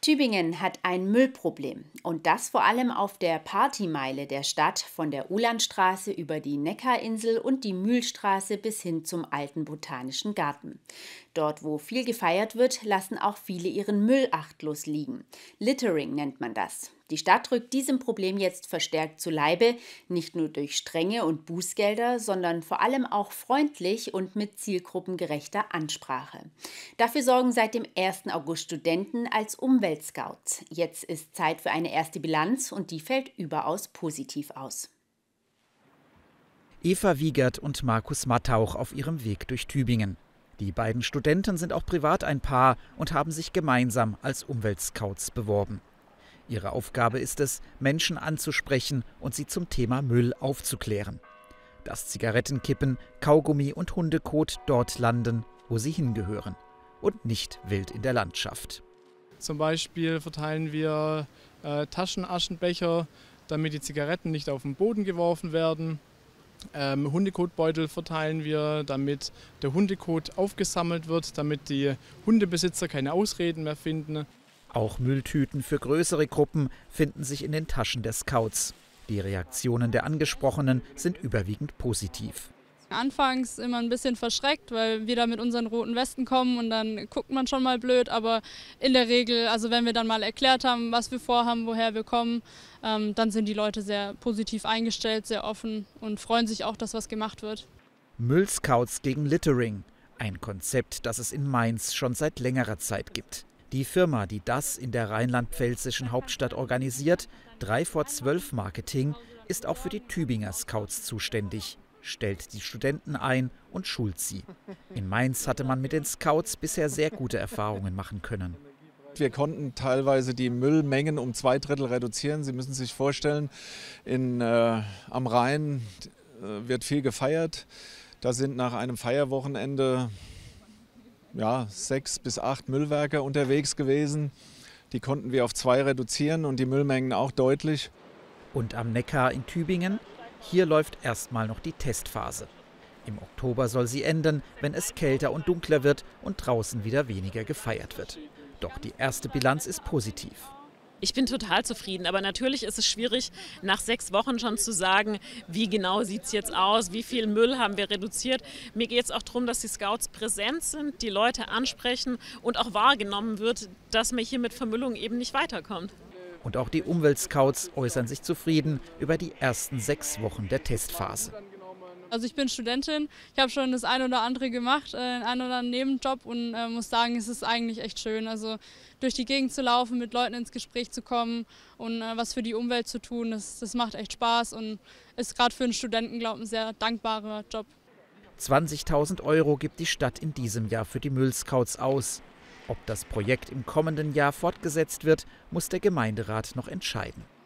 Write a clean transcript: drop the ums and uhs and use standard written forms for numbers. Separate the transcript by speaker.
Speaker 1: Tübingen hat ein Müllproblem und das vor allem auf der Partymeile der Stadt von der Ulandstraße über die Neckarinsel und die Mühlstraße bis hin zum alten Botanischen Garten. Dort, wo viel gefeiert wird, lassen auch viele ihren Müll achtlos liegen. Littering nennt man das. Die Stadt rückt diesem Problem jetzt verstärkt zu Leibe, nicht nur durch Strenge und Bußgelder, sondern vor allem auch freundlich und mit zielgruppengerechter Ansprache. Dafür sorgen seit dem 1. August Studenten als Umweltscouts. Jetzt ist Zeit für eine erste Bilanz und die fällt überaus positiv aus.
Speaker 2: Eva Wiegert und Markus Mattauch auf ihrem Weg durch Tübingen. Die beiden Studenten sind auch privat ein Paar und haben sich gemeinsam als Umweltscouts beworben. Ihre Aufgabe ist es, Menschen anzusprechen und sie zum Thema Müll aufzuklären. Dass Zigarettenkippen, Kaugummi und Hundekot dort landen, wo sie hingehören und nicht wild in der Landschaft.
Speaker 3: Zum Beispiel verteilen wir Taschenaschenbecher, damit die Zigaretten nicht auf den Boden geworfen werden. Hundekotbeutel verteilen wir, damit der Hundekot aufgesammelt wird, damit die Hundebesitzer keine Ausreden mehr finden.
Speaker 2: Auch Mülltüten für größere Gruppen finden sich in den Taschen der Scouts. Die Reaktionen der Angesprochenen sind überwiegend positiv.
Speaker 4: Anfangs immer ein bisschen verschreckt, weil wir da mit unseren roten Westen kommen und dann guckt man schon mal blöd, aber in der Regel, also wenn wir dann mal erklärt haben, was wir vorhaben, woher wir kommen, dann sind die Leute sehr positiv eingestellt, sehr offen und freuen sich auch, dass was gemacht wird.
Speaker 2: Müllscouts gegen Littering, ein Konzept, das es in Mainz schon seit längerer Zeit gibt. Die Firma, die das in der rheinland-pfälzischen Hauptstadt organisiert, 3-vor-12 Marketing, ist auch für die Tübinger Scouts zuständig, stellt die Studenten ein und schult sie. In Mainz hatte man mit den Scouts bisher sehr gute Erfahrungen machen können.
Speaker 5: Wir konnten teilweise die Müllmengen um 2/3 reduzieren. Sie müssen sich vorstellen, am Rhein wird viel gefeiert. Da sind nach einem Feierwochenende 6 bis 8 Müllwerker unterwegs gewesen. Die konnten wir auf 2 reduzieren und die Müllmengen auch deutlich.
Speaker 2: Und am Neckar in Tübingen? Hier läuft erstmal noch die Testphase. Im Oktober soll sie enden, wenn es kälter und dunkler wird und draußen wieder weniger gefeiert wird. Doch die erste Bilanz ist positiv.
Speaker 6: Ich bin total zufrieden, aber natürlich ist es schwierig, nach 6 Wochen schon zu sagen, wie genau sieht es jetzt aus, wie viel Müll haben wir reduziert. Mir geht es auch darum, dass die Scouts präsent sind, die Leute ansprechen und auch wahrgenommen wird, dass man hier mit Vermüllung eben nicht weiterkommt.
Speaker 2: Und auch die Umweltscouts äußern sich zufrieden über die ersten 6 Wochen der Testphase.
Speaker 4: Also ich bin Studentin, ich habe schon das eine oder andere gemacht, einen oder anderen Nebenjob und muss sagen, es ist eigentlich echt schön. Also durch die Gegend zu laufen, mit Leuten ins Gespräch zu kommen und was für die Umwelt zu tun, das macht echt Spaß und ist gerade für einen Studenten, glaube ich, ein sehr dankbarer Job.
Speaker 2: 20.000 € gibt die Stadt in diesem Jahr für die Müllscouts aus. Ob das Projekt im kommenden Jahr fortgesetzt wird, muss der Gemeinderat noch entscheiden.